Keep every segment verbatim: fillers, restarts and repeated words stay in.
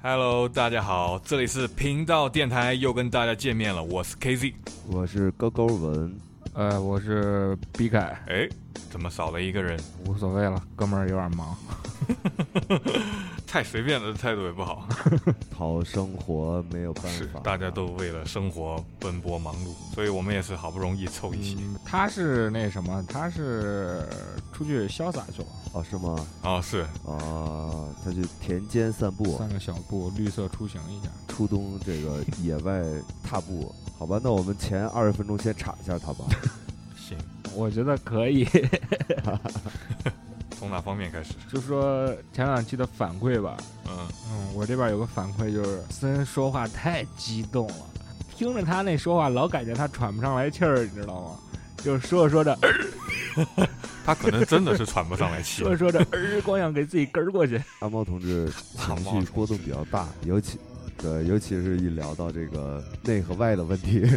Hello， 大家好，这里是频道电台，又跟大家见面了。我是 K Z， 我是勾勾文， 呃，我是毕凯。 哎，怎么少了一个人？ 无所谓了，哥们儿有点忙。 太随便的态度也不好。 讨生活没有办法， 大家都为了生活奔波忙碌，所以我们也是好不容易凑一起。 嗯、他是那什么，他是出去潇洒去了。 哦，是吗？ 哦，是啊，他去田间散步， 散个小步，绿色出行一下， 初冬这个野外踏步。好吧，那我们前二十分钟先查一下他吧。 行， 我觉得可以。 从哪方面开始？ 就说前两期的反馈吧。 嗯嗯，我这边有个反馈，就是森说话太激动了，听着他那说话，老感觉他喘不上来气儿，你知道吗？就是说着说着， 他可能真的是喘不上来气。 说着说着，儿光想给自己根过去。 阿猫同志情绪波动比较大，尤其对，尤其是一聊到这个内和外的问题。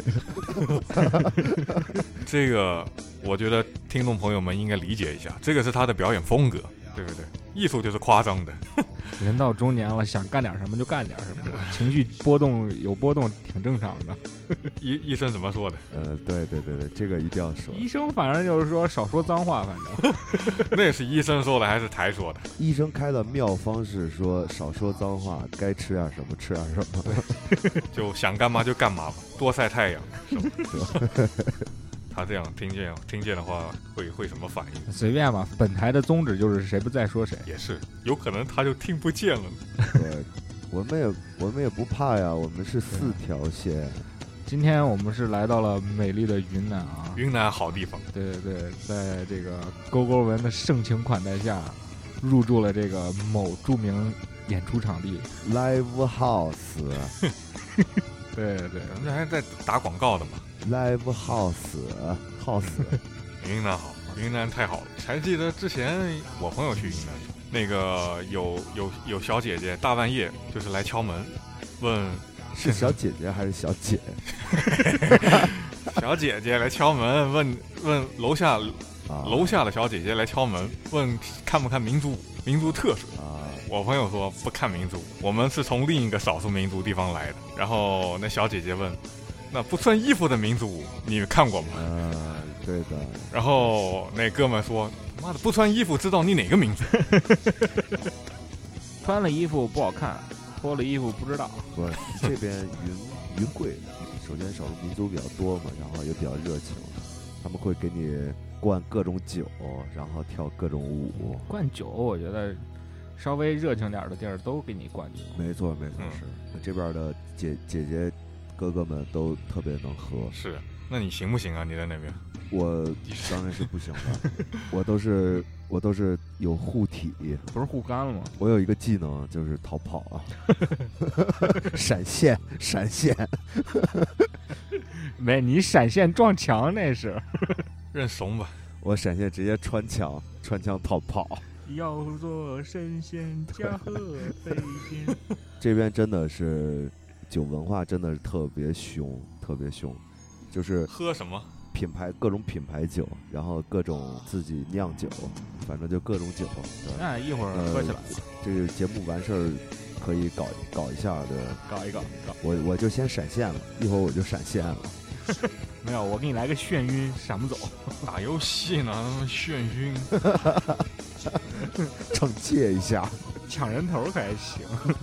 这个我觉得听众朋友们应该理解一下，这个是他的表演风格，对不对？艺术就是夸张的。 人到中年了，想干点什么就干点什么，情绪波动有波动挺正常的。 医医生怎么说的？ 呃，对对对对，这个一定要说。 医生反正就是说少说脏话，反正。 那是医生说的还是台说的？ 医生开的妙方是说少说脏话，该吃点什么吃点什么， 就想干嘛就干嘛吧，多晒太阳。他这样听见听见的话会会什么反应？ 随便吧，本台的宗旨就是谁不在说谁。 也是，有可能他就听不见了。 对，我们也我们也不怕呀，我们是四条线。 今天我们是来到了美丽的云南啊， 云南好地方。 对对对，在这个勾勾文的盛情款待下，入住了这个某著名演出场地 Live House。 对对， 咱们这还在打广告的嘛。 Live House House。 云南好，云南太好了。还记得之前我朋友去云南，那个有有有小姐姐大半夜就是来敲门，问是小姐姐还是小姐？ 小姐姐来敲门，问问楼下、 啊、 楼下的小姐姐来敲门，问看不看民族民族特色啊？ 我朋友说不看民族，我们是从另一个少数民族地方来的。然后那小姐姐问，那不穿衣服的民族你看过吗？ 啊，对的。 然后那哥们说，妈的不穿衣服知道你哪个民族？ 穿了衣服不好看，脱了衣服不知道。 不，这边云云贵，首先少数民族比较多嘛，然后也比较热情，他们会给你灌各种酒，然后跳各种舞。 灌酒，我觉得稍微热情点的地儿都给你灌酒。 没错没错， 嗯、 是这边的姐姐姐哥哥们都特别能喝。 是，那你行不行啊？你在那边？ 我当然是不行的，我都是我都是有护体， 不是护肝了吗？ 我有一个技能就是逃跑啊，闪现闪现。 没，你闪现撞墙那是。 认怂吧。 我闪现直接穿墙穿墙逃跑。 要做神仙驾鹤飞天。 这边真的是酒文化真的是特别凶特别凶，就是喝什么品牌各种品牌酒，然后各种自己酿酒，反正就各种酒。 那一会儿喝起来、 呃、这个节目完事儿可以搞搞一下的， 搞一搞搞我我就先闪现了，一会儿我就闪现了。 没有，我给你来个眩晕，闪不走。 打游戏呢，眩晕。 惩戒一下， 抢人头可还行。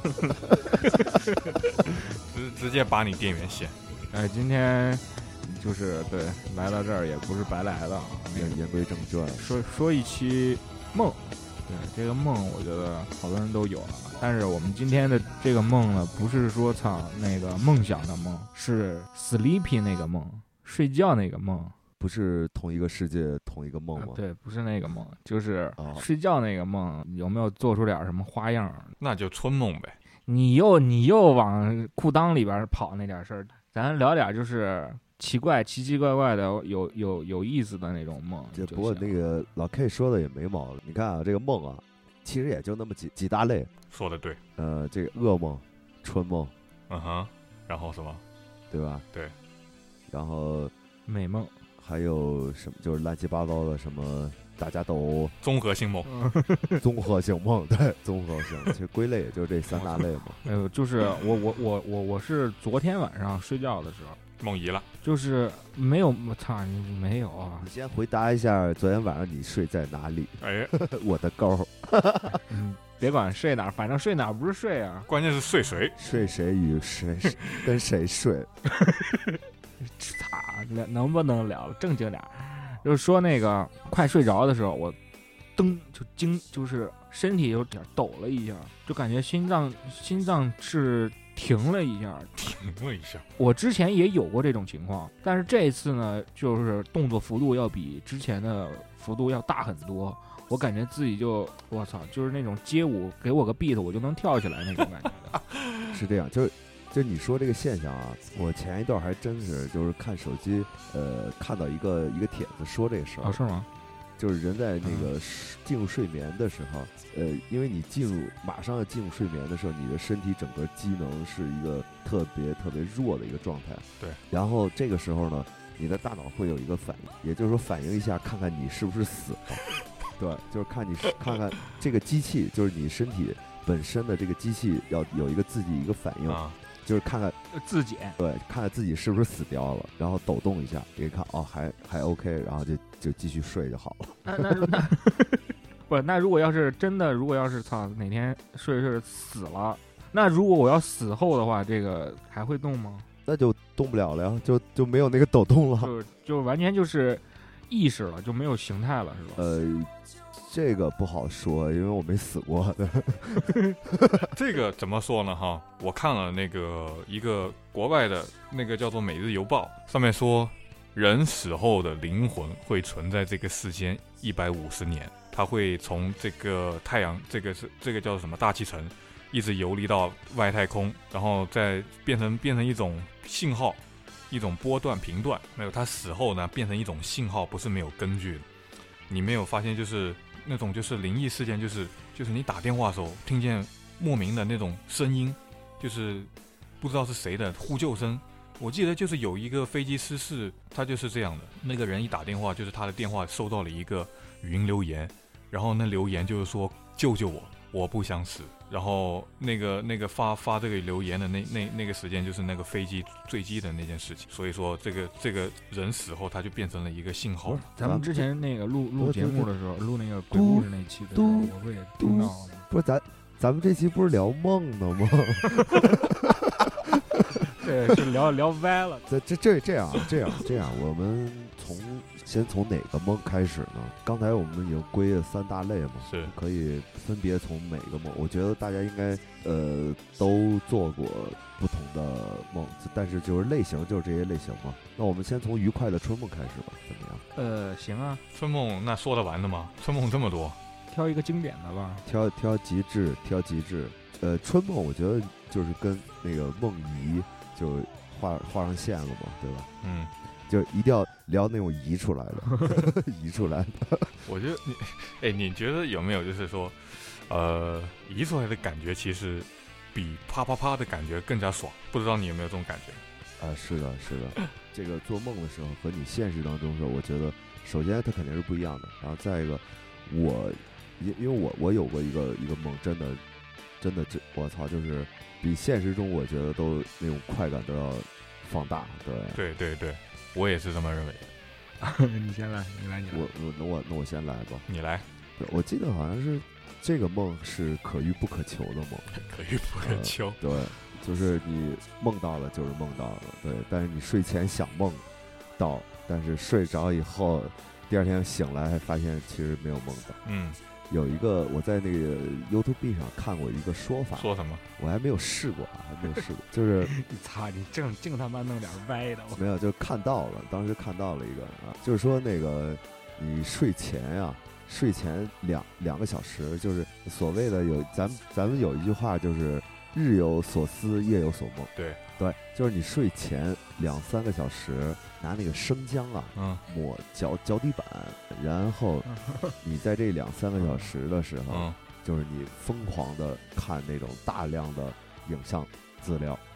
直直接把你电源线。 哎，今天就是对来到这儿也不是白来的， 言言归正传， 说说一期梦。对，这个梦我觉得好多人都有了，但是我们今天的这个梦呢，不是说操那个梦想的梦，是 sleepy 那个梦，睡觉那个梦。 不是同一个世界同一个梦吗、 啊？对，不是那个梦，就是哦睡觉那个梦。有没有做出点什么花样？ 那就春梦呗。 你又你又往裤裆里边跑那点事儿，咱聊点就是奇怪、奇奇怪怪的、有有有意思的那种梦。 这不过那个老 K 说的也没毛病。你看啊，这个梦啊，其实也就那么几几大类。 说的对。 呃，这个噩梦、春梦， 嗯哼，然后什么？ 对吧？ 对。 然后美梦。 还有什么就是乱七八糟的什么，大家都综合性梦， 综合性梦，对，综合性，其实归类也就是这三大类嘛。 哎呦，就是我我我我我是昨天晚上睡觉的时候梦遗了， 就是没有，我操，你没有啊？ 你先回答一下，昨天晚上你睡在哪里？ 哎， 我的沟。 嗯，别管睡哪儿，反正睡哪儿不是睡啊？ 关键是睡谁？ 睡谁与谁跟谁睡？ 操，能能不能聊正经点儿？就是说那个快睡着的时候，我噔就惊，就是身体有点抖了一下，就感觉心脏心脏是停了一下， 停了一下。 我之前也有过这种情况，但是这一次呢，就是动作幅度要比之前的幅度要大很多。我感觉自己就我操，就是那种街舞，给我个 beat 我就能跳起来那种感觉的。 是这样，就是就你说这个现象啊，我前一段还真是就是看手机，呃，看到一个一个帖子说这个事儿。 哦，是吗？ 就是人在那个进入睡眠的时候，呃，因为你进入马上要进入睡眠的时候，你的身体整个机能是一个特别特别弱的一个状态。 对。 然后这个时候呢，你的大脑会有一个反应，也就是说反应一下，看看你是不是死了。对，就是看你看看这个机器，就是你身体本身的这个机器要有一个自己一个反应。啊，就是看看自己， 对，看看自己是不是死掉了，然后抖动一下，一看哦，还还 OK， 然后就就继续睡就好了。 那那那不，那如果要是真的，如果要是操哪天睡着睡着死了，那如果我要死后的话，这个还会动吗？ 那就动不了了呀，就就没有那个抖动了， 就就完全就是意识了，就没有形态了，是吧？ 呃。这个不好说，因为我没死过。 这个怎么说呢？哈，我看了那个一个国外的那个叫做《每日邮报》，上面说，人死后的灵魂会存在这个世间一百五十年，它会从这个太阳，这个是这个叫什么大气层，一直游离到外太空，然后再变成变成一种信号，一种波段频段。没有，它死后呢变成一种信号，不是没有根据的。你没有发现就是？那种就是灵异事件，就是就是你打电话的时候听见莫名的那种声音，就是不知道是谁的呼救声。我记得就是有一个飞机失事，他就是这样的，那个人一打电话，就是他的电话收到了一个语音留言，然后那留言就是说救救我，我不想死。然后那个那个发发这个留言的那那那个时间就是那个飞机坠机的那件事情，所以说这个这个人死后他就变成了一个信号。 咱们之前那个录录节目的时候，录那个鬼故事那期的时候，我不也听到了吗？ 不是咱咱们这期不是聊梦的吗？ 对，是聊聊歪了。 这这这这样这样这样，我们从先从哪个梦开始呢？刚才我们已经归了三大类嘛， 是可以分别从每个梦。我觉得大家应该呃都做过不同的梦，但是就是类型就是这些类型嘛。那我们先从愉快的春梦开始吧，怎么样？ 呃，行啊。 春梦那说得完的吗？春梦这么多， 挑一个经典的吧。 挑挑极致，挑极致。呃，春梦我觉得就是跟那个梦遗就画画上线了嘛，对吧？ 嗯， 就一定要聊那种移出来的，移出来的。我觉得你，哎，你觉得有没有就是说，呃，移出来的感觉其实比啪啪啪的感觉更加爽？不知道你有没有这种感觉？ 啊，是的，是的。这个做梦的时候和你现实当中的时候，我觉得首先它肯定是不一样的。然后再一个，我因因为我我有过一个一个梦，真的真的这我操，就是比现实中我觉得都那种快感都要放大。对对对对，我也是这么认为的。你先来，你来，你来。 我我那我那我先来吧。 你来。 我记得好像是这个梦是可遇不可求的梦， 可遇不可求。 呃、对。就是你梦到了就是梦到了，对，但是你睡前想梦到，但是睡着以后，第二天醒来还发现其实没有梦到。 嗯， 有一个我在那个 YouTube 上看过一个说法， 说什么？ 我还没有试过，还没有试过，就是你操，你净净他妈弄点歪的。 没有，就看到了，当时看到了一个啊，就是说那个你睡前呀、啊，睡前两两个小时，就是所谓的有咱咱们有一句话就是。日有所思，夜有所梦。 对对，就是你睡前两三个小时，拿那个生姜啊， 嗯， 抹脚脚底板，然后你在这两三个小时的时候， 嗯， 就是你疯狂的看那种大量的影像资料，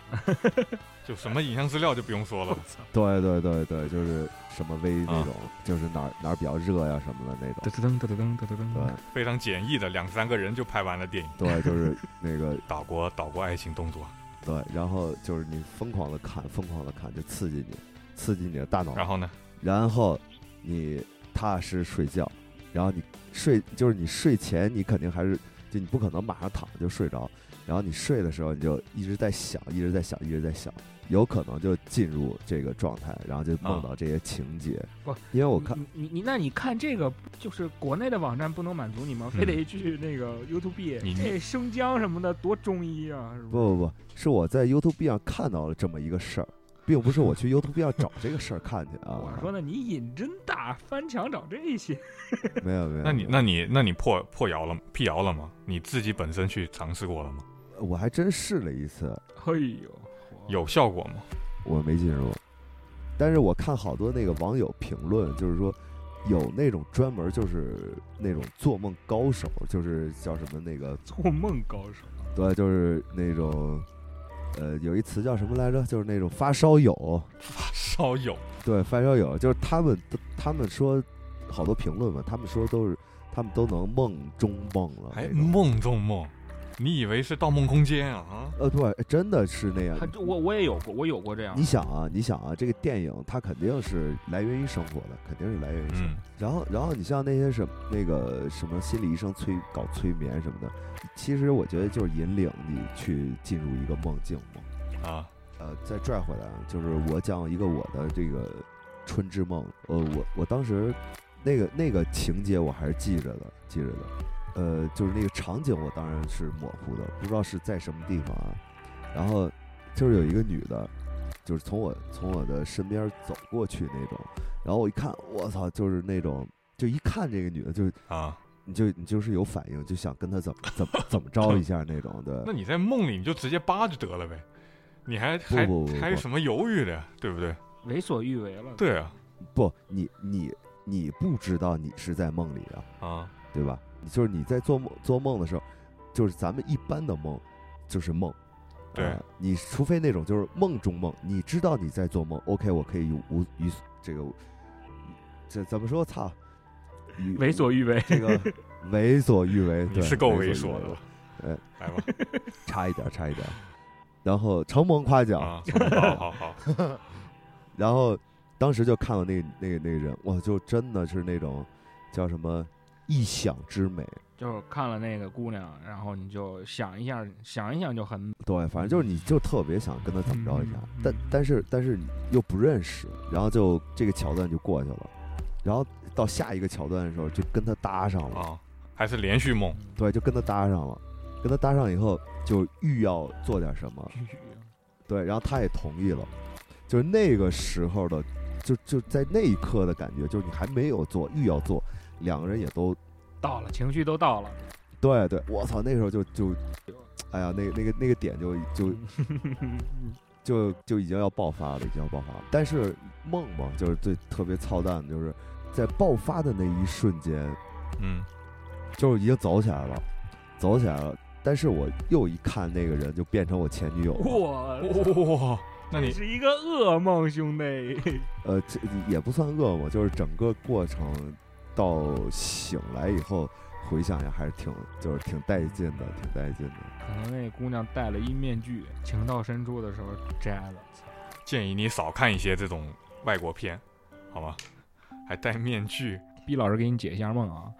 就什么影像资料就不用说了。 对对对对，就是什么微那种，啊、就是哪儿哪儿比较热呀什么的那种。 噔噔噔噔噔噔噔。 对， 非常简易的两三个人就拍完了电影。 对，就是那个岛国岛国爱情动作。 对，然后就是你疯狂的看，疯狂的看，就刺激你，刺激你的大脑。 然后呢？ 然后你踏实睡觉，然后你睡，就是你睡前你肯定还是，就你不可能马上躺着就睡着，然后你睡的时候你就一直在想，一直在想，一直在想，有可能就进入这个状态，然后就梦到这些情节。 不、啊， 因为我看你你那你看这个，就是国内的网站不能满足你吗？嗯、非得去那个 YouTube， 这生姜什么的多中医啊！是不不不不，是我在 YouTube 上看到了这么一个事儿。并不是我去 YouTube 上找这个事儿看去啊！ 我说呢，你瘾真大，翻墙找这些。 没有没有。 那你那你那你破破谣了辟谣了吗？你自己本身去尝试过了吗？ 我还真试了一次。 哎呦， 有效果吗？ 我没进入，但是我看好多那个网友评论，就是说有那种专门就是那种做梦高手，就是叫什么那个做梦高手。 对，就是那种。呃，有一词叫什么来着？就是那种发烧友， 发烧友， 对，发烧友，就是他们，他们说好多评论嘛，他们说都是，他们都能梦中梦了， 还梦中梦，你以为是《盗梦空间》啊？啊， 呃，对，真的是那样。 我我也有过，我有过这样。 你想啊，你想啊，这个电影它肯定是来源于生活的，肯定是来源于生活。嗯、然后，然后你像那些什么那个什么心理医生催搞催眠什么的。其实我觉得就是引领你去进入一个梦境梦啊， 呃，再拽回来，就是我讲一个我的这个春之梦，呃，我我当时那个那个情节我还是记着的，记着的，呃，就是那个场景我当然是模糊的，不知道是在什么地方啊。然后就是有一个女的，就是从我从我的身边走过去那种，然后我一看，我操，就是那种，就一看这个女的就啊。 你就你就是有反应，就想跟他怎么怎么怎么着一下那种的。 那你在梦里你就直接扒就得了呗，你还还不不不不还什么犹豫的呀，对不对？ 为所欲为了。 对啊， 不，你你你不知道你是在梦里啊， 啊， 对吧？就是你在做梦做梦的时候，就是咱们一般的梦就是梦， 对、 呃，你除非那种就是梦中梦，你知道你在做梦 ，OK， 我可以无于这个这怎么说？操！ 为所欲为， 这个为所欲为， 你是够猥琐的， 哎， 来吧， 差一点，差一点，然后承蒙夸奖， 啊、好好好， 然后当时就看到那那个那个人，哇，就真的是那种叫什么一想之美， 就是看了那个姑娘，然后你就想一下，想一想就很对，反正就是你就特别想跟他怎么着一下，嗯、但但是但是又不认识，然后就这个桥段就过去了，然后。到下一个桥段的时候，就跟他搭上了啊，还是连续梦？ 对，就跟他搭上了，跟他搭上以后，就欲要做点什么，对，然后他也同意了，就是那个时候的，就就在那一刻的感觉，就是你还没有做，欲要做，两个人也都到了，情绪都到了， 对对，我操，那时候就就，哎呀，那个那个那个点就就就就已经要爆发了，已经要爆发了，但是梦嘛，就是最特别操蛋的就是。在爆发的那一瞬间， 嗯， 就是已经走起来了，走起来了。但是我又一看那个人，就变成我前女友了。 哇哇，那你是一个噩梦，兄弟。 呃，这也不算噩梦，就是整个过程到醒来以后回想一下，还是挺就是挺带劲的，挺带劲的。 可能那姑娘戴了一面具，情到深处的时候摘了。 建议你少看一些这种外国片，好吗？还戴面具， 毕老师给你解一下梦啊，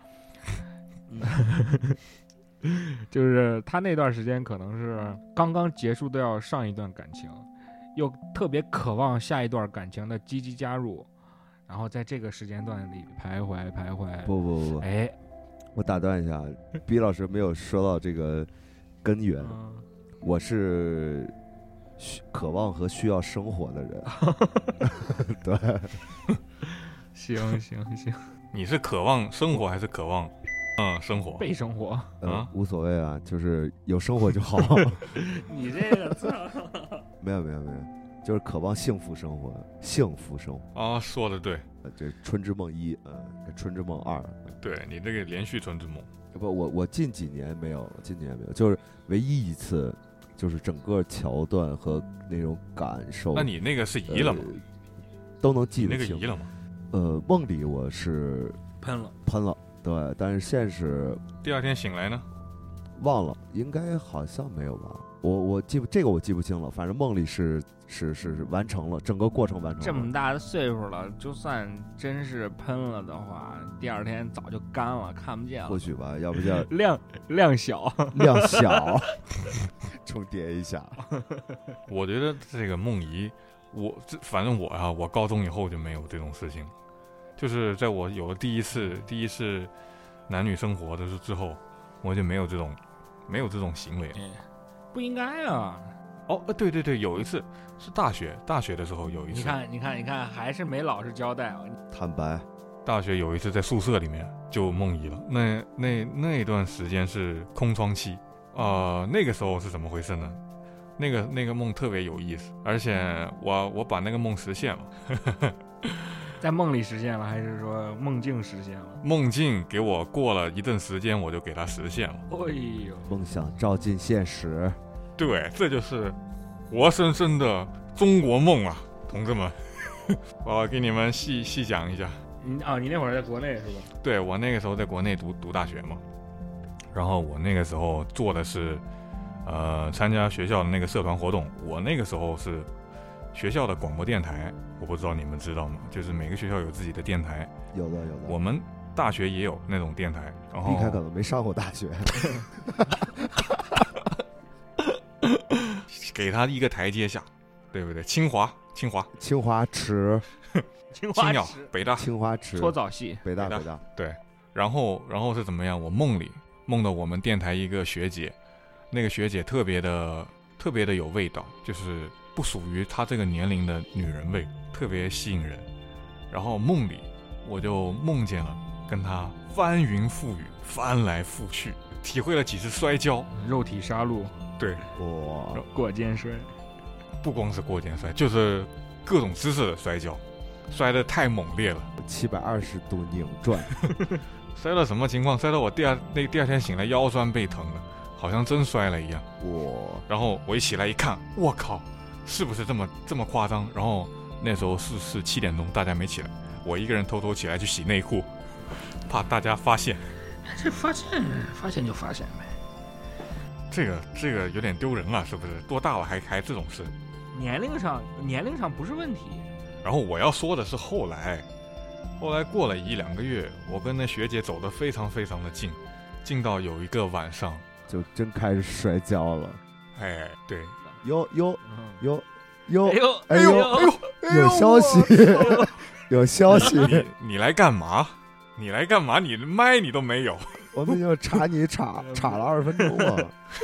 就是他那段时间可能是刚刚结束掉上一段感情，又特别渴望下一段感情的积极加入，然后在这个时间段里徘徊徘徊。 不不不， 哎， 我打断一下，毕老师没有说到这个根源，嗯、我是渴望和需要生活的人，对。 行行行， 你是渴望生活还是渴望嗯生活被生活呃、啊？无所谓啊，就是有生活就好。 你这个操， 没有没有没有，就是渴望幸福生活，幸福生活啊，说的对。 这春之梦一，嗯，春之梦二， 对你这个连续春之梦。 不，我我近几年没有，近几年没有，就是唯一一次， 就是整个桥段和那种感受。 那你那个是移了吗？ 呃、都能记得清。 你那个移了吗？ 呃，梦里我是喷了， 喷了，对，但是现实第二天醒来呢？ 忘了，应该好像没有吧。我我记不这个我记不清了，反正梦里是是是是完成了，整个过程完成了。 这么大的岁数了，就算真是喷了的话，第二天早就干了，看不见了。 或许吧，要不叫量量小， 量小，重叠一下。 我觉得这个梦遗，我这反正我啊，我高中以后就没有这种事情，就是在我有了第一次第一次男女生活的之后，我就没有这种没有这种行为了。 不应该啊！ 哦，对对对，有一次是大学，大学的时候有一次。 你看，你看，你看，还是没老实交代啊！ 坦白， 大学有一次在宿舍里面就梦遗了，那那那段时间是空窗期，呃，那个时候是怎么回事呢？那个那个梦特别有意思，而且我我把那个梦实现了。 在梦里实现了，还是说梦境实现了？ 梦境给我过了一段时间，我就给它实现了。 哎呦， 梦想照进现实。 对，这就是活生生的中国梦啊，同志们！我给你们细细讲一下。 你啊，你那会儿在国内是吧？ 对，我那个时候在国内读读大学嘛，然后我那个时候做的是，呃，参加学校的那个社团活动。我那个时候是学校的广播电台，我不知道你们知道吗？就是每个学校有自己的电台， 有的有的。 我们大学也有那种电台。然后离开可能没上过大学。 给他一个台阶下，对不对？清华，清华， 清华池， 清华青鸟，北大， 清华池， 搓澡系， 北大， 北大， 北大。 对，然后，然后是怎么样？我梦里梦到我们电台一个学姐，那个学姐特别的特别的有味道，就是不属于她这个年龄的女人味，特别吸引人。然后梦里我就梦见了跟她翻云覆雨，翻来覆去，体会了几次摔跤， 肉体杀戮。 对， 哇， 过肩摔， 不光是过肩摔，就是各种姿势的摔跤，摔得太猛烈了， 七百二十度拧转。 摔到什么情况？摔到我第二那第二天醒来腰酸背疼了，好像真摔了一样。 哇！ 然后我一起来一看，我靠，是不是这么这么夸张？然后那时候是是七点钟，大家没起来，我一个人偷偷起来去洗内裤，怕大家发现。 这发现发现就发现呗。 这个这个有点丢人了，是不是？多大了还还这种事？ 年龄上年龄上不是问题。 然后我要说的是后来，后来过了一两个月，我跟那学姐走得非常非常的近，近到有一个晚上就真开始摔跤了。 哎，对， 有有有有， 哎呦哎呦哎呦，有消息，有消息。 你你来干嘛？你来干嘛？你的麦你都没有。 我们就查你查查了二十分钟了。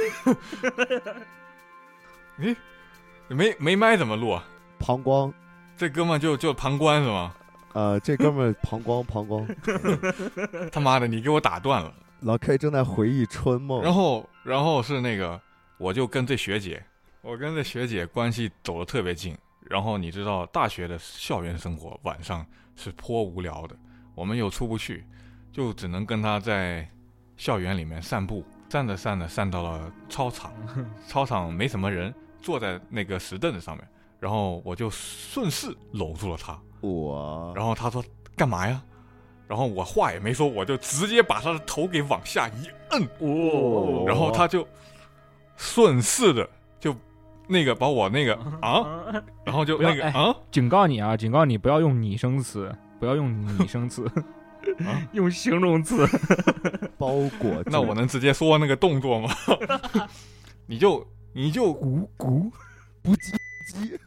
你没没麦怎么录啊？ 膀胱， 这哥们就就旁观是吗？ 呃，这哥们膀胱膀胱。 他妈的，你给我打断了。 老 K 正在回忆春梦。 然后然后是那个，我就跟这学姐，我跟这学姐关系走得特别近。然后你知道，大学的校园生活晚上是颇无聊的，我们又出不去，就只能跟她在校园里面散步，散着散着散到了操场，操场没什么人，坐在那个石凳子上面，然后我就顺势搂住了她， 哇！ 然后她说干嘛呀？然后我话也没说，我就直接把她的头给往下一摁， 哦， 然后她就顺势的就那个把我那个啊，然后就那个啊， 警告你啊，警告你不要用拟声词，不要用拟声词。啊、用形容词包裹， 那我能直接说那个动作吗？你就你就咕咕不叽叽，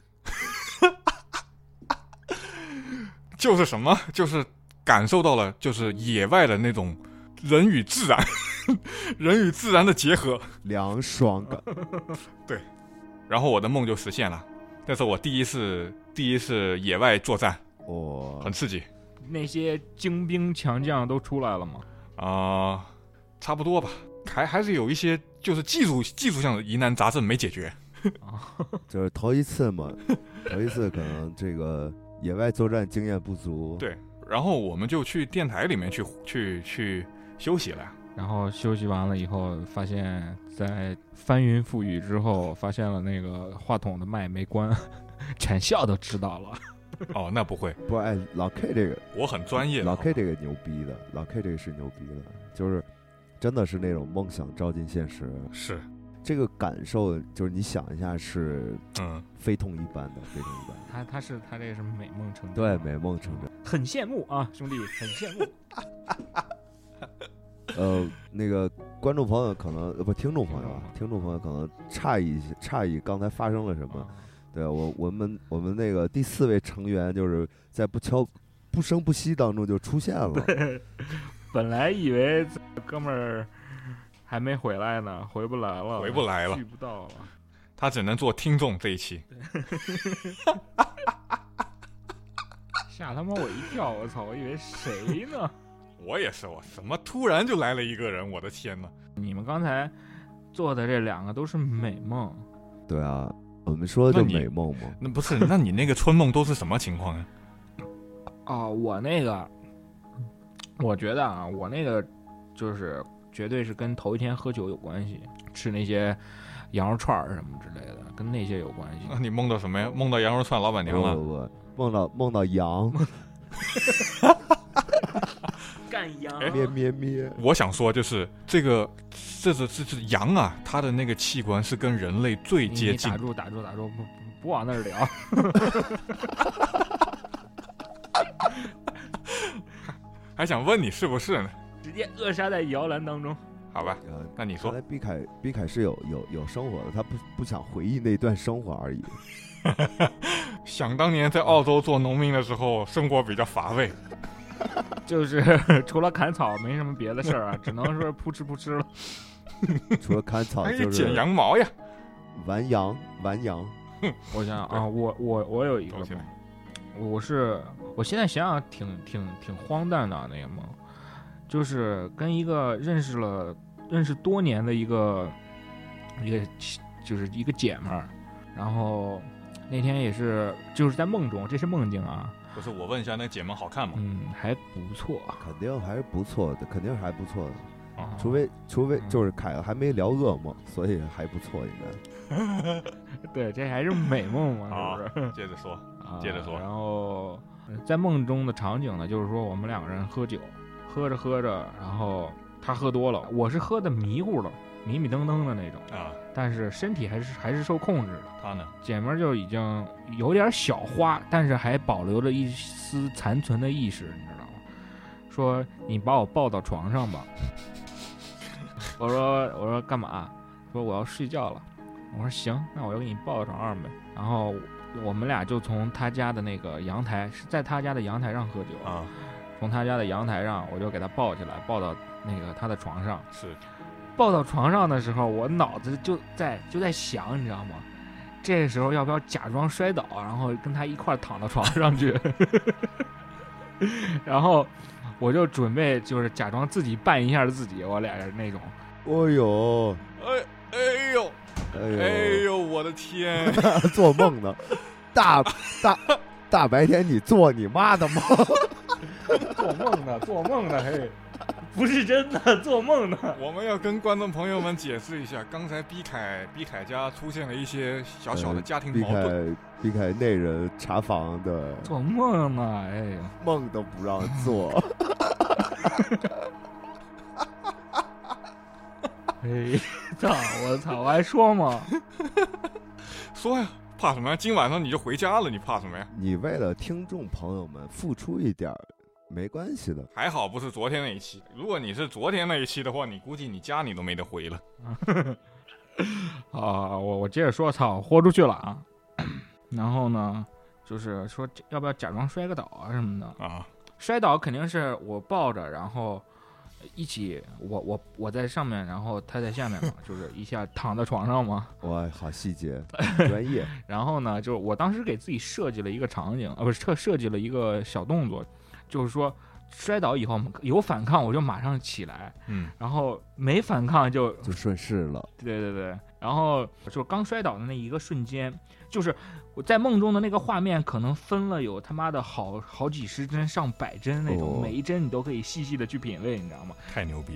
就是什么？就是感受到了，就是野外的那种人与自然，人与自然的结合， 凉爽感。 对，然后我的梦就实现了，那是我第一次第一次野外作战， 哦， 很刺激。 那些精兵强将都出来了吗？ 啊、呃，差不多吧，还还是有一些就是技术技术上的疑难杂症没解决。 就是头一次嘛，头一次可能这个野外作战经验不足。 对，然后我们就去电台里面去去去休息了。 然后休息完了以后，发现在翻云覆雨之后，发现了那个话筒的麦没关，产校都知道了。 哦，那不会， 不是，哎，老 K 这个我很专业的。 老 K 这个牛逼的，老 K 这个是牛逼的，就是真的是那种梦想照进现实， 是这个感受，就是你想一下是， 嗯， 非同一般的，非同一般。 他他是他这个是美梦成真， 对，美梦成真， 很羡慕啊，兄弟，很羡慕。 呃，那个观众朋友可能呃不，听众朋友啊，听众朋友可能诧异诧异刚才发生了什么。对我我们我们那个第四位成员就是在不敲不声不息当中就出现了。 本来以为哥们儿还没回来呢，回不来了， 回不来了， 去不到了， 他只能做听众这一期。 吓他妈我一跳，我操，我以为谁呢？ 我也是，我怎么突然就来了一个人？我的天哪！ 你们刚才做的这两个都是美梦。 对啊，我们说的就美梦嘛。 那不是？那你那个春梦都是什么情况啊？ 哦，我那个，我觉得啊，我那个就是绝对是跟头一天喝酒有关系，吃那些羊肉串什么之类的，跟那些有关系。 那你梦到什么呀？梦到羊肉串老板娘了？ 不不不，梦到梦到羊。 干羊咩咩咩！ 我想说，就是这个，这是这是羊啊，它的那个器官是跟人类最接近。 你打住打住打住，不不不往那儿聊。 还想问你是不是呢？ 直接扼杀在摇篮当中。 好吧，呃、那你说， 刚才毕凯毕凯是有有有生活的，他不不想回忆那段生活而已。 想当年在澳洲做农民的时候，生活比较乏味。 就是除了砍草没什么别的事儿啊，只能说扑哧扑哧了。 除了砍草就是剪羊毛呀， 玩羊玩羊。 我想想啊，我我我有一个梦，我是我现在想想挺挺挺荒诞的那个梦，就是跟一个认识了认识多年的一个一个就是一个姐们儿，然后那天也是就是在梦中，这是梦境啊。 不是，我问一下，那姐们好看吗？ 嗯，还不错， 肯定还是不错的，肯定还不错的。 哦、 除非除非就是凯子还没聊噩梦，所以还不错应该。 对，这还是美梦嘛，是不是？ 接着说，接着说。 然后在梦中的场景呢，就是说我们两个人喝酒，喝着喝着，然后他喝多了，我是喝的迷糊了，迷迷瞪瞪的那种啊， 但是身体还是还是受控制的。 他呢， 姐们儿就已经有点小花，但是还保留着一丝残存的意识，你知道吗？说你把我抱到床上吧。我说我说干嘛？说我要睡觉了。我说行，那我就给你抱到床上呗。然后我们俩就从他家的那个阳台，是在他家的阳台上喝酒啊。 从他家的阳台上，我就给他抱起来，抱到那个他的床上。 是。 抱到床上的时候，我脑子就在就在想，你知道吗？这个时候要不要假装摔倒，然后跟他一块躺到床上去？然后我就准备就是假装自己扮一下自己，我俩人那种。 哦呦， 哎哎呦， 哎呦， 哎呦，我的天！ 做梦呢，大大大白天你做你妈的梦， 做梦呢，做梦呢，嘿。不是真的，做梦的。 我们要跟观众朋友们解释一下，刚才毕凯毕凯家出现了一些小小的家庭矛盾。 毕凯那人查房的， 做梦呢，哎呀， 梦都不让做。 哎，操！我操！我还说吗？ 说呀，怕什么呀？今晚上你就回家了，你怕什么呀？ 你为了听众朋友们付出一点。没关系的， 还好不是昨天那一期。如果你是昨天那一期的话，你估计你家你都没得回了。 啊，我我接着说，操，豁出去了啊！然后呢，就是说要不要假装摔个倒啊什么的啊？ 摔倒肯定是我抱着，然后一起，我我我在上面，然后他在下面嘛，就是一下躺在床上嘛。 哇，好细节，专业。 然后呢，就是我当时给自己设计了一个场景，啊，不是设设计了一个小动作。就是说，摔倒以后有反抗，我就马上起来， 嗯， 然后没反抗就就顺势了。 对对对，然后就刚摔倒的那一个瞬间，就是我在梦中的那个画面，可能分了有他妈的好好几十帧、上百帧那种，哦、每一帧你都可以细细的去品味，你知道吗？ 太牛逼了！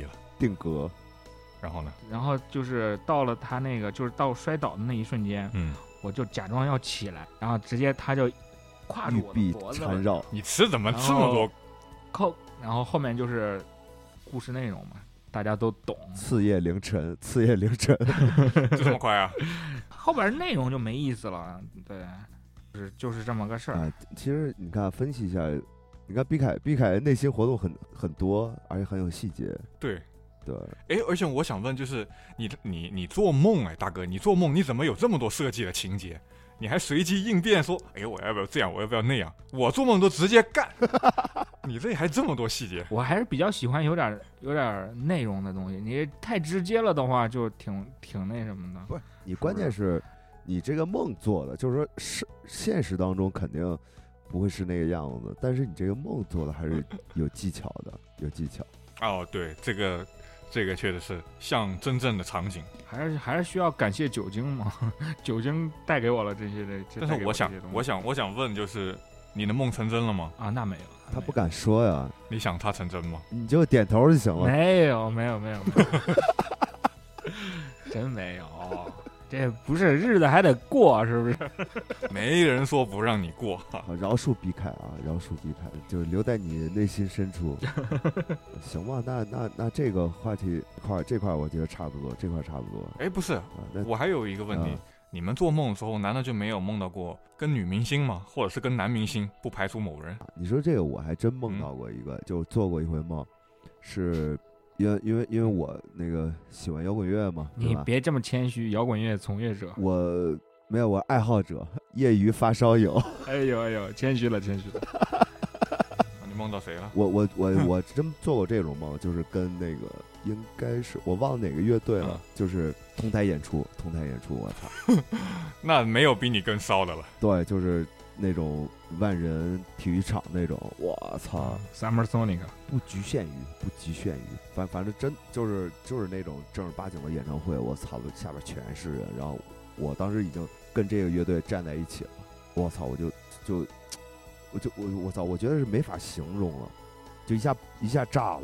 定格。 然后呢？ 然后就是到了他那个就是到摔倒的那一瞬间， 嗯， 我就假装要起来，然后直接他就跨住我的脖子缠绕。 你吃怎么这么多？ 扣，然后后面就是故事内容嘛，大家都懂。 次夜凌晨，次夜凌晨， 就这么快啊？ 后边内容就没意思了，对，就是就是这么个事儿、 啊。其实你看，分析一下，你看毕凯，毕凯内心活动很很多，而且很有细节。 对。 对， 哎，而且我想问，就是你你你做梦，哎，大哥，你做梦你怎么有这么多设计的情节？你还随机应变说，哎，我要不要这样，我要不要那样？我做梦都直接干，你这还这么多细节？ 我还是比较喜欢有点有点内容的东西，你太直接了的话，就挺挺那什么的。 不是，你关键是你这个梦做的，就是说是现实当中肯定不会是那个样子，但是你这个梦做的还是有技巧的，有技巧。 哦，对，这个。这个确实是像真正的场景， 还是还是需要感谢酒精嘛，酒精带给我了这些的。 但是我想，我想，我想问，就是你的梦成真了吗？ 啊，那没有， 他不敢说呀。 你想他成真吗？ 你就点头就行了。 没有，没有，没有，没有真没有。这不是日子还得过，是不是？ 没人说不让你过。 饶恕毕凯啊，饶恕毕凯，就留在你内心深处。行吧，那那那这个话题块这块，我觉得差不多，这块差不多。 哎，不是，啊、我还有一个问题、啊，你们做梦的时候，难道就没有梦到过跟女明星吗？或者是跟男明星？不排除某人。 啊、你说这个，我还真梦到过一个，嗯、就做过一回梦，是。因为因为因为我那个喜欢摇滚乐嘛， 你别这么谦虚，摇滚乐从业者， 我没有，我爱好者，业余发烧友。 哎呦哎呦，谦虚了谦虚了。 你梦到谁了？ 我我我我真做过这种梦，就是跟那个应该是我忘了哪个乐队了，嗯、就是同台演出，同台演出，我操， 那没有比你更骚的了。 对，就是那种万人体育场那种，我操 ，Summer Sonic 不局限于不局限于，反反正真就是就是那种正儿八经的演唱会，我操，下边全是人，然后我当时已经跟这个乐队站在一起了，我操，我就就我就我我操，我觉得是没法形容了，就一下一下炸了。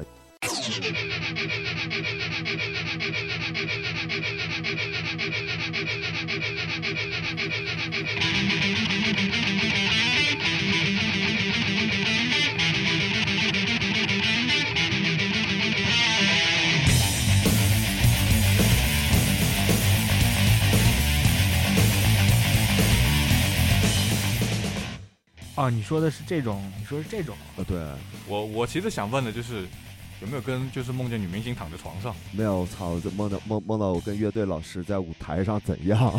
哦，你说的是这种，你说是这种啊？对， 我我其实想问的就是，有没有跟就是梦见女明星躺在床上？ 没有，操，就梦到梦梦到我跟乐队老师在舞台上怎样？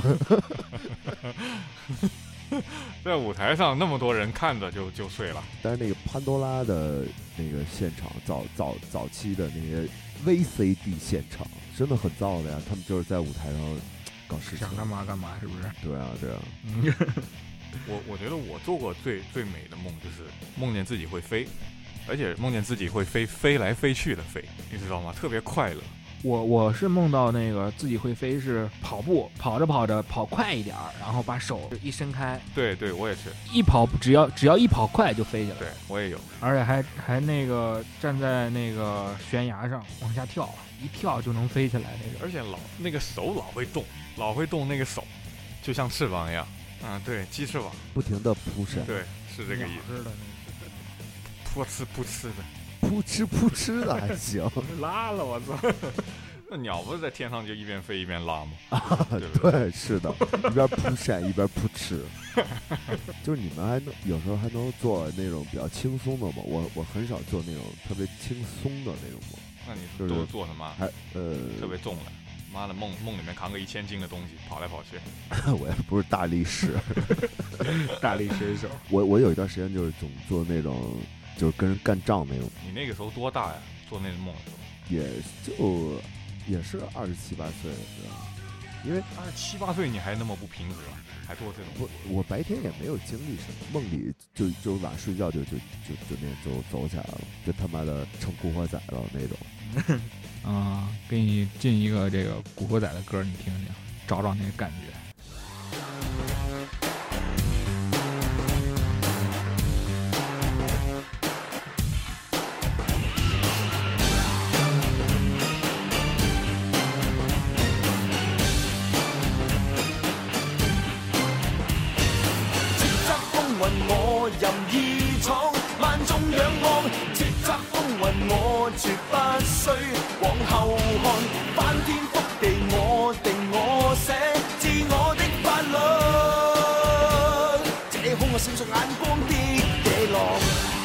在舞台上那么多人看着就就睡了。 但是那个潘多拉的那个现场，早早早期的那些 V C D 现场，真的很燥的呀。他们就是在舞台上搞事情， 想干嘛干嘛，是不是？ 对啊，对啊。 我我觉得我做过最最美的梦就是梦见自己会飞，而且梦见自己会飞飞来飞去的飞，你知道吗？特别快乐。 我我是梦到那个自己会飞，是跑步跑着跑着跑快一点，然后把手一伸开。 对对，我也是一跑只要只要一跑快就飞起来。 对，我也有， 而且还还那个站在那个悬崖上往下跳，一跳就能飞起来那个。 而且老那个手老会动，老会动那个手，就像翅膀一样。啊，对，鸡翅膀不停的扑闪， 对，是这个意思。扑哧扑哧的， 扑哧扑哧的还行， 拉了我操！ 那鸟不是在天上就一边飞一边拉吗？ 啊， 对不对？ 对，是的，一边扑闪一边扑哧。就是你们还能有时候还能做那种比较轻松的梦，我我很少做那种特别轻松的那种梦。 那你就是都做什么？ 还呃， 特别重的。妈的，梦梦里面扛个一千斤的东西跑来跑去， 我也不是大力士， 大力水手。 我我有一段时间就是总做那种，就是跟人干仗那种。 你那个时候多大呀？做那个梦的时候？ 也就也是二十七八岁，是吧？因为二十七八岁你还那么不平和，还做这种？ 我我白天也没有经历什么，梦里就就晚上睡觉就就就就那就走起来了，就他妈的成古惑仔了那种。 啊，给你进一个这个古惑仔的歌，你听听，找找那个感觉。 仰望，叱咤風雲我絕不需往後看，翻天覆地我定我寫，自我的法律，這空我閃爍眼光的野狼。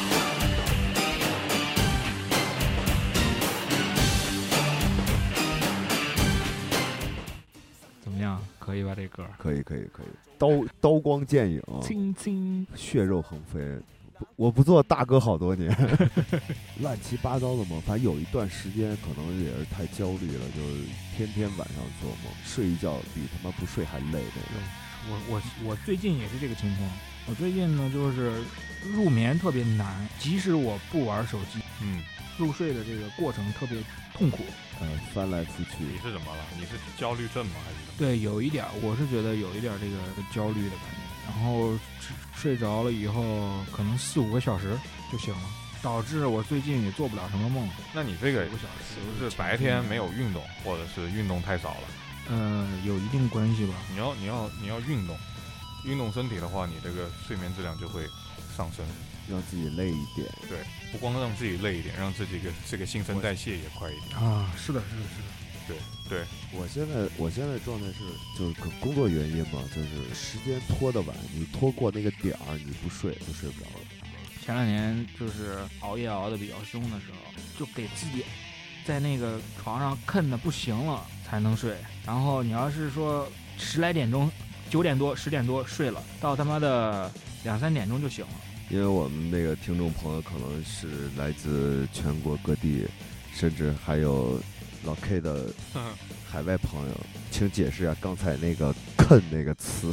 怎么样？可以吧？这歌可以可以可以，刀刀光剑影， 轻轻血肉横飞。我不做大哥好多年，乱七八糟的梦。反正有一段时间可能也是太焦虑了，就是天天晚上做梦，睡一觉比他妈不睡还累那种。 我我我最近也是这个情况。我最近呢就是入眠特别难，即使我不玩手机， 嗯， 入睡的这个过程特别痛苦。 呃，翻来覆去。 你是怎么了？你是焦虑症吗？还是什么？ 对，有一点，我是觉得有一点这个焦虑的感觉。然后睡着了以后，可能四五个小时就醒了，导致我最近也做不了什么梦。 那你这个五个小时是不是白天没有运动，或者是运动太少了？ 呃，有一定关系吧。 你要你要你要运动，运动身体的话，你这个睡眠质量就会上升， 让自己累一点。 对，不光让自己累一点，让自己个这个新陈代谢也快一点啊。是的，是的，是的。 对对， 我现在我现在状态是，就是工作原因嘛，就是时间拖得晚，你拖过那个点儿，你不睡就睡不着了。 前两年就是熬夜熬得比较凶的时候，就给自己在那个床上啃得不行了才能睡。然后你要是说十来点钟、九点多、十点多睡了，到他妈的两三点钟就醒了。 因为我们那个听众朋友可能是来自全国各地，甚至还有老 K 的海外朋友，请解释一下刚才那个“啃”那个词。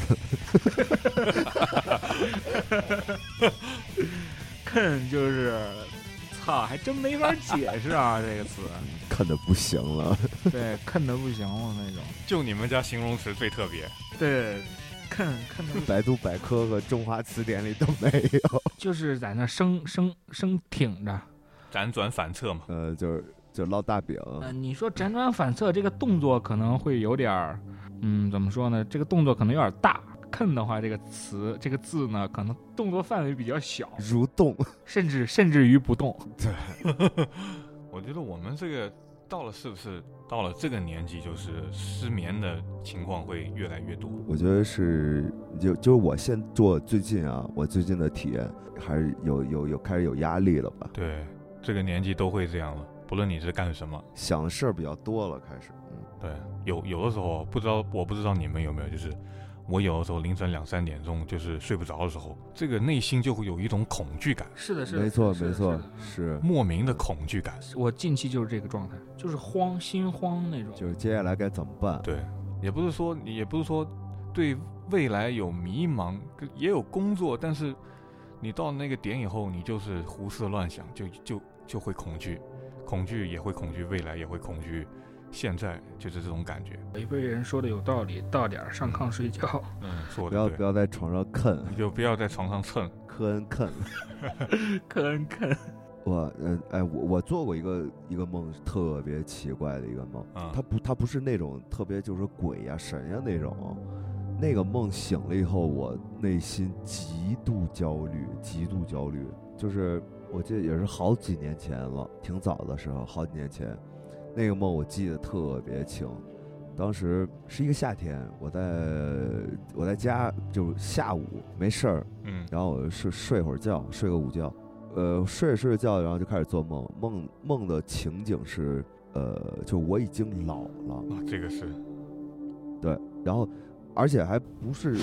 啃就是操，还真没法解释啊这个词。 啃得不行了。 对，啃得不行了那种。 就你们家形容词最特别。 对。看看百度百科和中华词典里都没有， 就是在那生生生挺着， 辗转反侧嘛。 呃，就是就烙大饼。 呃，你说辗转反侧这个动作可能会有点儿，嗯，怎么说呢？这个动作可能有点大。啃的话，这个词这个字呢，可能动作范围比较小， 蠕动， 甚至甚至于不动。 对， 我觉得我们这个到了是不是？到了这个年纪，就是失眠的情况会越来越多。 我觉得是，就就是我现做最近啊，我最近的体验还是有有有开始有压力了吧？ 对，这个年纪都会这样了，不论你是干什么， 想的事儿比较多了，开始。 嗯，对，有有的时候不知道，我不知道你们有没有，就是我有的时候凌晨两三点钟就是睡不着的时候，这个内心就会有一种恐惧感。 是的，是的， 没错，没错，是莫名的恐惧感。 我近期就是这个状态，就是慌，心慌那种。 就是接下来该怎么办？ 对，也不是说你也不是说对未来有迷茫，也有工作，但是你到那个点以后，你就是胡思乱想，就就就会恐惧，恐惧也会恐惧未来，也会恐惧。现在就是这种感觉。 有一辈人说的有道理，到点上炕睡觉。 嗯，说的不要不要在床上啃， 你就不要在床上蹭， 科恩啃， 科恩啃。 我嗯哎，我我做过一个一个梦，特别奇怪的一个梦。 嗯， 它不它不是那种特别就是鬼呀、神呀那种。那个梦醒了以后，我内心极度焦虑，极度焦虑。就是我记得也是好几年前了，挺早的时候，好几年前。那个梦我记得特别清，当时是一个夏天，我在我在家，就下午没事儿， 嗯， 然后我睡睡会儿觉，睡个午觉，呃，睡着睡着觉，然后就开始做梦，梦梦的情景是，呃，就我已经老了啊，这个是， 对，然后而且还不是，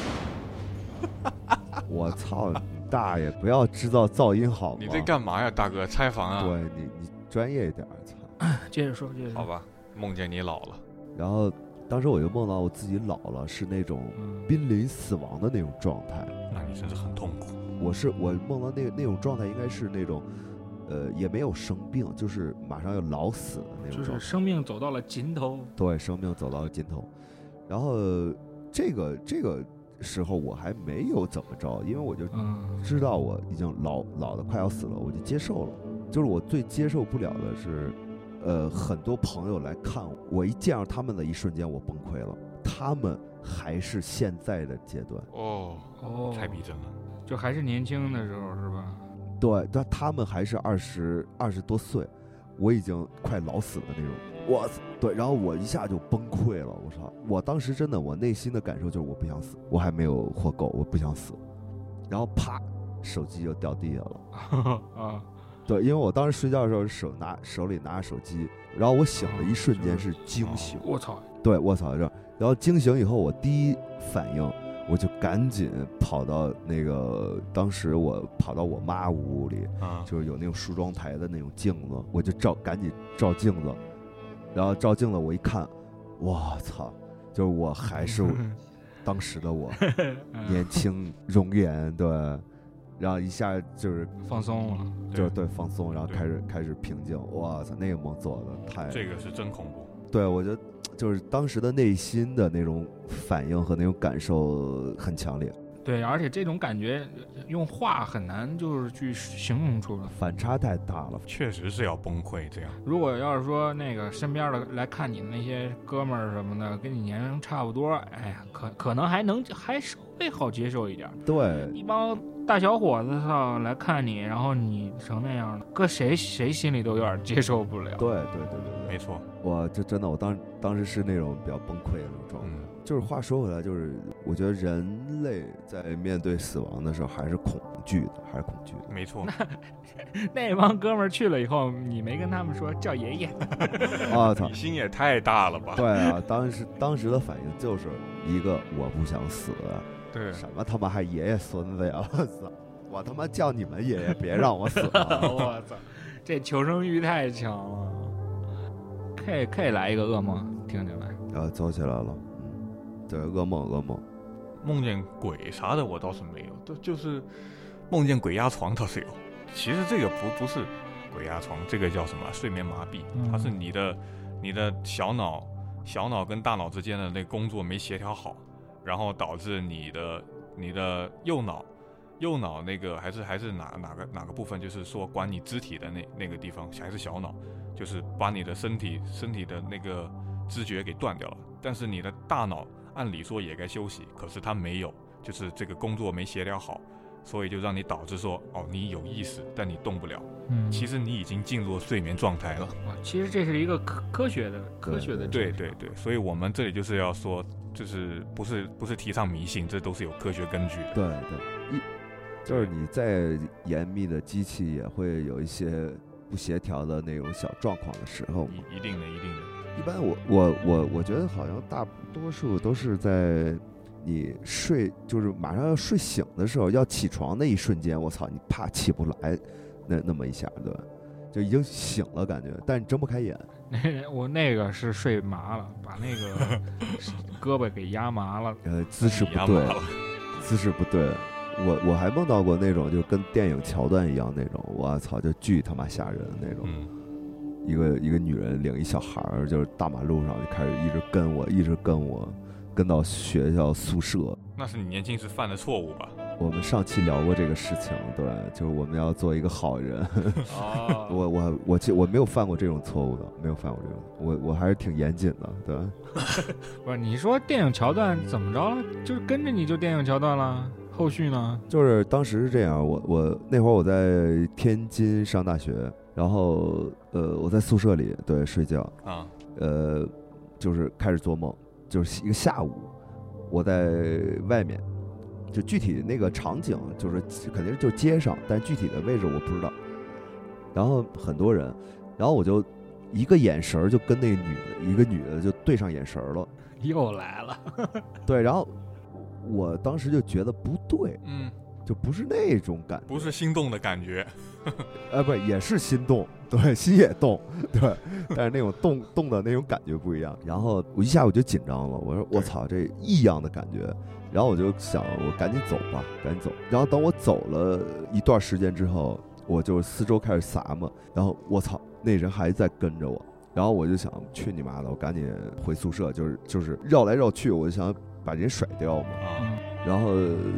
我操你大爷，不要制造噪音好吗？ 你这干嘛呀，大哥？拆房啊？ 对你你专业一点，操。 接着说，接着说。 好吧，梦见你老了。 然后当时我就梦到我自己老了，是那种濒临死亡的那种状态。 那你真是很痛苦。 我是我梦到那那种状态，应该是那种，呃，也没有生病，就是马上要老死的那种状态。 就是生命走到了尽头。 对，生命走到了尽头。然后这个这个时候我还没有怎么着，因为我就知道我已经老老的快要死了，我就接受了。就是我最接受不了的是。呃，很多朋友来看我，我一见到他们的一瞬间，我崩溃了。他们还是现在的阶段， 哦哦， 太逼真了， 就还是年轻的时候是吧？ 对，但他们还是二十二十多岁，我已经快老死了那种。我操，对，然后我一下就崩溃了，我操！我当时真的，我内心的感受就是我不想死，我还没有活够，我不想死。然后啪，手机就掉地下了。 啊， 对，因为我当时睡觉的时候手拿手里拿着手机，然后我醒的一瞬间是惊醒。 我操！ 对，我操这，然后惊醒以后，我第一反应我就赶紧跑到那个，当时我跑到我妈屋里， 啊， 就是有那种梳妆台的那种镜子，我就照赶紧照镜子。然后照镜子，我一看，我操！就是我还是当时的我，年轻容颜，对，然后一下就是放松了， 就是对放松，然后开始开始平静。我操，那个梦做的太…… 这个是真恐怖。 对，我觉得就是当时的内心的那种反应和那种感受很强烈。 对，而且这种感觉用话很难就是去形容出来， 反差太大了， 确实是要崩溃这样。 如果要是说那个身边的来看你的那些哥们儿什么的，跟你年龄差不多，哎呀，可可能还能还稍微好接受一点。 对， 一帮大小伙子上来看你，然后你成那样的，搁谁谁心里都有点接受不了。 对对对对对， 没错。 我就真的，我当当时是那种比较崩溃的那种状态。 嗯， 就是话说回来，就是我觉得人类在面对死亡的时候还是恐惧的，还是恐惧的。 没错。 那帮哥们儿去了以后，你没跟他们说叫爷爷？ 啊操！ 你心也太大了吧？ 对啊，当时当时的反应就是一个我不想死， 对， 什么他妈还爷爷孙子呀！我操！我他妈叫你们爷爷，别让我死了！ 我操，这求生欲太强了。可以可以来一个噩梦，听听来。 然后走起来了，嗯，对，噩梦噩梦， 梦见鬼啥的我倒是没有，都就是梦见鬼压床倒是有。其实这个不不是鬼压床，这个叫什么睡眠麻痹， 嗯、 它是你的你的小脑小脑跟大脑之间的那工作没协调好，然后导致你的你的右脑右脑那个还是还是哪哪个哪个部分，就是说管你肢体的那那个地方还是小脑，就是把你的身体身体的那个知觉给断掉了。但是你的大脑按理说也该休息，可是它没有，就是这个工作没协调好，所以就让你导致说，哦，你有意识，但你动不了。嗯，其实你已经进入睡眠状态了。 哇，其实这是一个科科学的科学的对对对，所以我们这里就是要说，就是不是不是提倡迷信，这都是有科学根据的。 对对，一就是你再严密的机器也会有一些不协调的那种小状况的时候嘛。 一定的，一定的。 一般我我我我觉得好像大多数都是在你睡，就是马上要睡醒的时候，要起床那一瞬间，我操，你怕起不来，那那么一下，对吧？就已经醒了感觉，但是睁不开眼。 那我那个是睡麻了，把那个胳膊给压麻了， 呃，姿势不对，姿势不对。我我还梦到过那种就跟电影桥段一样那种，我操，就巨他妈吓人的那种。 嗯， 一个一个女人领一小孩儿，就是大马路上就开始一直跟我，一直跟我，跟到学校宿舍。 那是你年轻时犯的错误吧？ 我们上期聊过这个事情，对，就是我们要做一个好人。 哦， 我我我其我没有犯过这种错误的，没有犯过这种，我我还是挺严谨的，对。 不是，你说电影桥段怎么着了？就是跟着你就电影桥段了。后续呢？ 就是当时是这样，我我那会儿我在天津上大学，然后呃我在宿舍里对睡觉啊， 呃就是开始做梦，就是一个下午，我在外面，就具体那个场景就是肯定是就街上，但具体的位置我不知道。然后很多人，然后我就一个眼神就跟那个女的一个女的就对上眼神了， 又来了。 对，然后。我当时就觉得不对， 嗯， 就不是那种感觉， 不是心动的感觉， 呃，不，也是心动，对，心也动，对，但是那种动动的那种感觉不一样。然后我一下我就紧张了，我说我操，这异样的感觉。然后我就想，我赶紧走吧，赶紧走。然后等我走了一段时间之后，我就四周开始撒嘛，然后我操，那人还在跟着我。然后我就想，去你妈的，我赶紧回宿舍，就是就是绕来绕去，我就想把人甩掉嘛。 啊， 然后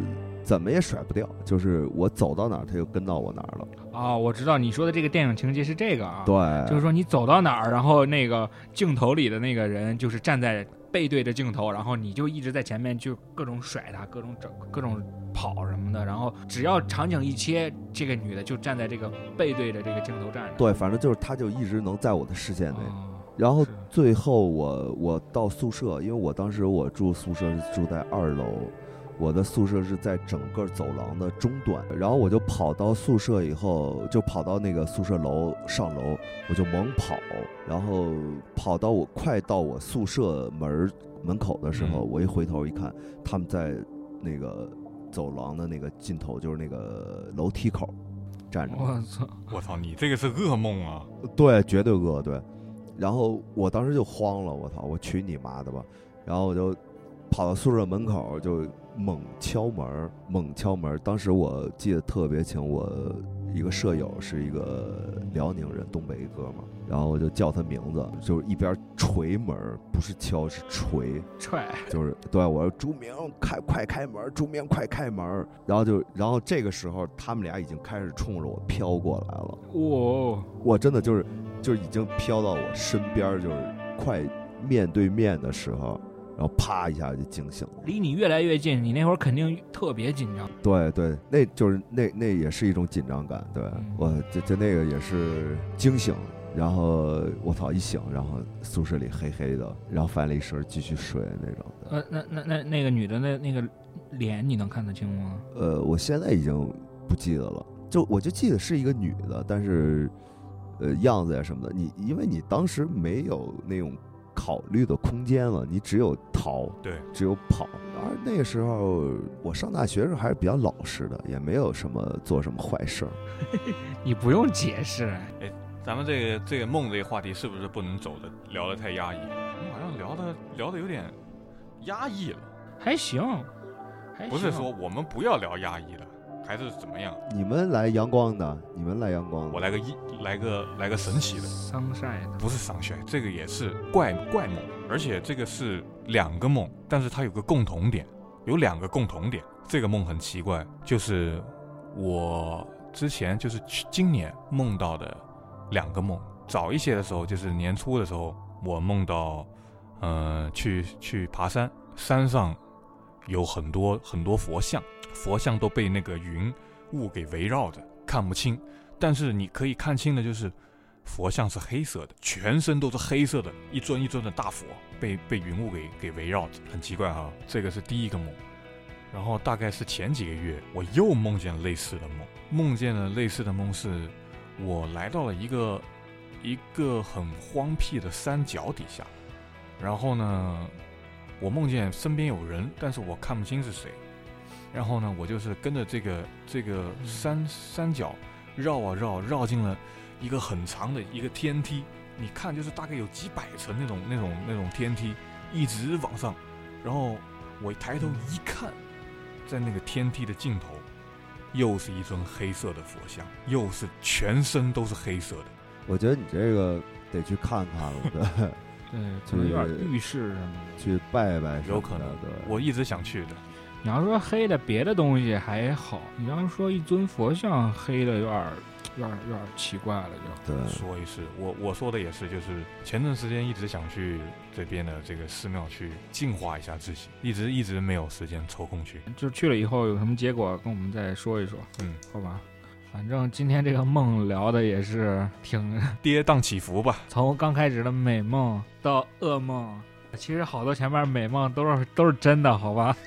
怎么也甩不掉，就是我走到哪儿，他就跟到我哪儿了。 哦，我知道你说的这个电影情节是这个啊， 对， 就是说你走到哪儿，然后那个镜头里的那个人就是站在背对着镜头，然后你就一直在前面就各种甩他，各种整，各种跑什么的，然后只要场景一切，这个女的就站在这个背对着这个镜头站着。 对，反正就是他就一直能在我的视线内。 哦然后最后我我到宿舍，因为我当时我住宿舍是住在二楼，我的宿舍是在整个走廊的中段，然后我就跑到宿舍以后，就跑到那个宿舍楼上楼，我就猛跑，然后跑到我快到我宿舍门门口的时候， 嗯、 我一回头一看，他们在那个走廊的那个尽头，就是那个楼梯口站着。 我操！ 我操，你这个是噩梦啊！ 对，绝对噩对。然后我当时就慌了，我操，我去你妈的吧！然后我就跑到宿舍门口，就猛敲门，猛敲门。当时我记得特别清，我一个舍友是一个辽宁人，东北一哥们儿，然后我就叫他名字，就是一边捶门，不是敲是捶， 踹， 就是对我说朱明开快开门，朱明快开门。然后就然后这个时候他们俩已经开始冲着我飘过来了， 哇， 我真的就是就已经飘到我身边，就是快面对面的时候，然后啪一下就惊醒了。 离你越来越近，你那会儿肯定特别紧张。 对对，那就是那那也是一种紧张感。对、嗯、我这这那个也是惊醒，然后我操一醒，然后宿舍里黑黑的，然后翻了一身继续睡那种。 呃，那那那那个女的那那个脸你能看得清吗？ 呃，我现在已经不记得了，就我就记得是一个女的，但是呃样子呀什么的，你因为你当时没有那种考虑的空间了，你只有逃， 对， 只有跑。而那个时候我上大学的时候还是比较老实的，也没有什么做什么坏事儿。 你不用解释。 哎，咱们这个这个梦这个话题是不是不能走的聊得太压抑？我们好像聊的聊的有点压抑了。 还行，还行。 不是说我们不要聊压抑了，还是怎么样？ 你们来阳光的，你们来阳光的， 我来个一来个来个神奇的桑晒的， 不是桑晒，这个也是怪怪梦，而且这个是两个梦，但是它有个共同点，有两个共同点。这个梦很奇怪，就是我之前就是今年梦到的两个梦。早一些的时候，就是年初的时候，我梦到，呃，去去爬山，山上有很多很多佛像，佛像都被那个云雾给围绕着，看不清。但是你可以看清的就是佛像是黑色的，全身都是黑色的，一尊一尊的大佛被被云雾给给围绕着，很奇怪哈。这个是第一个梦。然后大概是前几个月，我又梦见类似的梦，梦见了类似的梦是，我来到了一个一个很荒僻的山脚底下，然后呢，我梦见身边有人，但是我看不清是谁。然后呢，我就是跟着这个这个山山脚绕啊绕，绕进了一个很长的一个天梯，你看就是大概有几百层那种那种那种天梯，一直往上。然后我抬头一看，在那个天梯的尽头，又是一尊黑色的佛像，又是全身都是黑色的。 我觉得你这个得去看看了，对， 对，可能有点预示什么的， 去拜拜什么的， 有可能。 对， 我一直想去的。 你要说黑的别的东西还好，你要说一尊佛像黑的有点有点有点奇怪了就。 对， 说一是我我说的也是，就是前段时间一直想去这边的这个寺庙去净化一下自己，一直一直没有时间抽空去。 就去了以后有什么结果跟我们再说一说， 嗯， 好吧。反正今天这个梦聊的也是挺跌宕起伏吧， 从刚开始的美梦到噩梦。其实好多前面美梦都是都是真的，好吧？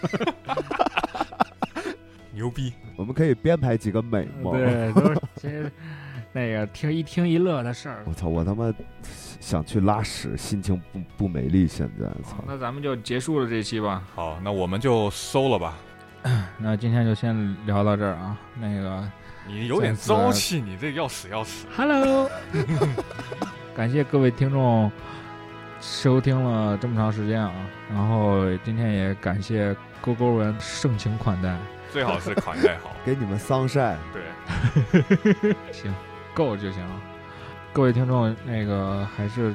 牛逼！ 我们可以编排几个美梦。 对，都是其实那个听一听一乐的事儿。 我操，我他妈想去拉屎，心情不不美丽。现在，操！ 那咱们就结束了这期吧。 好，那我们就收了吧。 那今天就先聊到这儿啊。那个， 你有点朝气，你这要死要死。 Hello， 感谢各位听众收听了这么长时间啊，然后今天也感谢勾勾人盛情款待， 最好是款待好， 给你们桑晒。 对， 行，够就行。各位听众，那个还是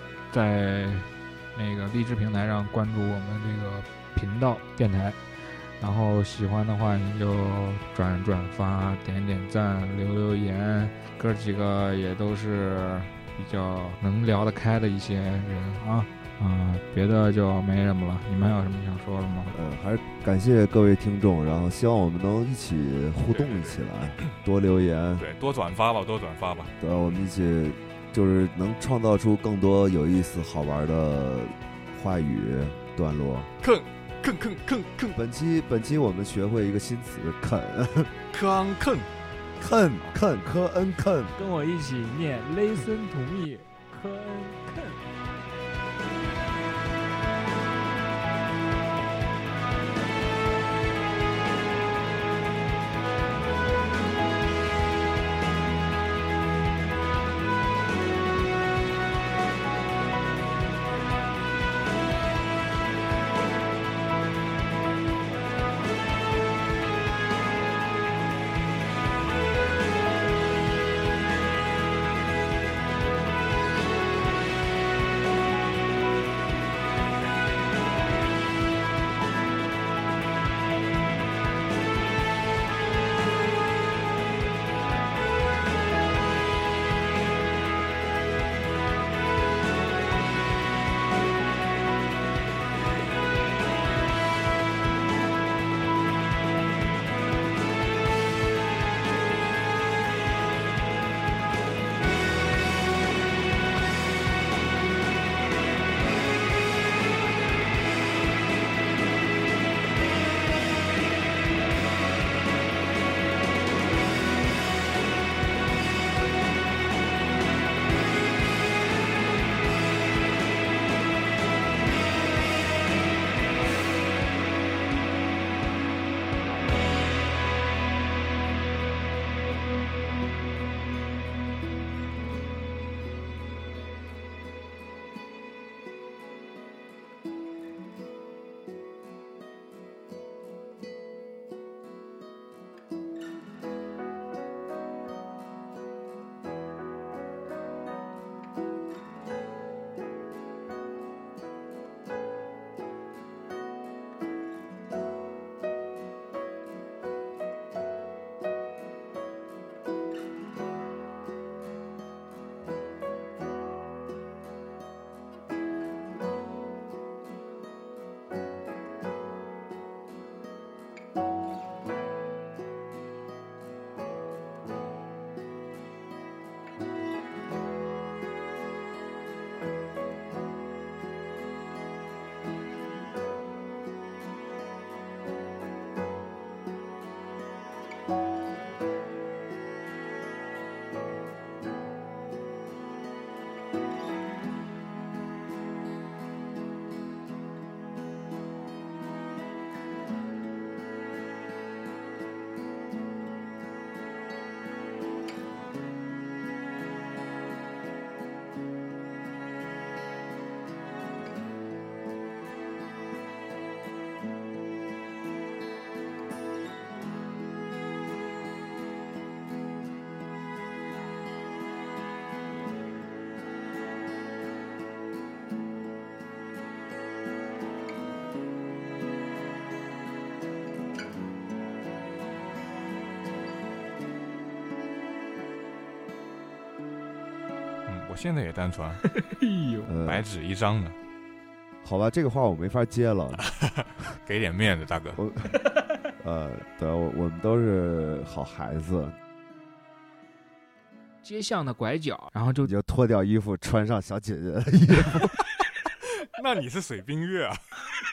在那个荔枝平台上关注我们这个频道电台， 然后喜欢的话你就转转发、点点赞、留留言，哥几个也都是比较能聊得开的一些人啊。啊、呃，别的就没什么了。你们还有什么想说的吗？ 呃，还是感谢各位听众，然后希望我们能一起互动起来，多留言， 对，多转发吧，多转发吧。 对，我们一起就是能创造出更多有意思、好玩的话语段落。 坑坑坑坑坑！ 本期本期我们学会一个新词，啃， 坑坑啃啃科恩啃， 跟我一起念 Listen to me， 科恩啃。 现在也单传， 哎呦， 呃， 白纸一张的。 好吧，这个话我没法接了。 给点面子，大哥。 我呃，对，我我们都是好孩子。 街巷的拐角，然后就你就脱掉衣服，穿上小姐姐的衣服。 那你是水冰月啊？